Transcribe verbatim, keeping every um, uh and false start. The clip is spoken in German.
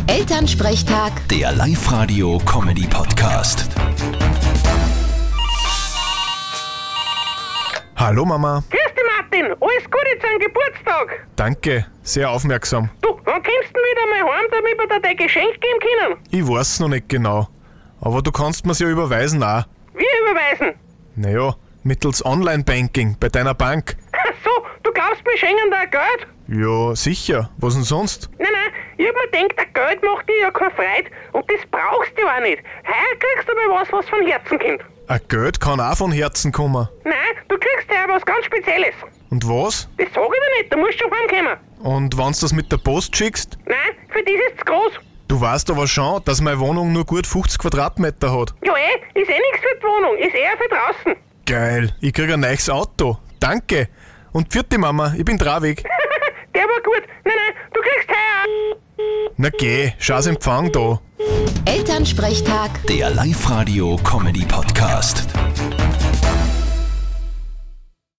Elternsprechtag, Der Live-Radio-Comedy-Podcast. Hallo Mama. Grüß dich, Martin. Alles Gute zum Geburtstag. Danke, sehr aufmerksam. Du, wann kommst du denn wieder mal heim, damit wir dir dein Geschenk geben können? Ich weiß noch nicht genau. Aber du kannst mir's ja überweisen auch. Wir überweisen. Naja, mittels Online-Banking bei deiner Bank. Ach so, du glaubst, wir schenken dir Geld? Ja, sicher. Was denn sonst? Nein, nein, ich hab mir gedacht, ein Geld macht dir ja keine Freude und das brauchst du auch nicht. Heuer kriegst du mal was, was von Herzen kommt. Ein Geld kann auch von Herzen kommen. Nein, du kriegst ja was ganz Spezielles. Und was? Das sag ich dir nicht, du musst schon heimkommen. Und wenn's das mit der Post schickst? Nein, für das ist zu groß. Du weißt aber schon, dass meine Wohnung nur gut fünfzig Quadratmeter hat. Ja eh, ist eh nichts für die Wohnung, ist eher für draußen. Geil, ich krieg ein neues Auto. Danke. Und vierte Mama, ich bin Dravig. Der war gut. Nein, nein, du kriegst heuer. Na geh, schau's Empfang da. Elternsprechtag. Der Live-Radio-Comedy-Podcast.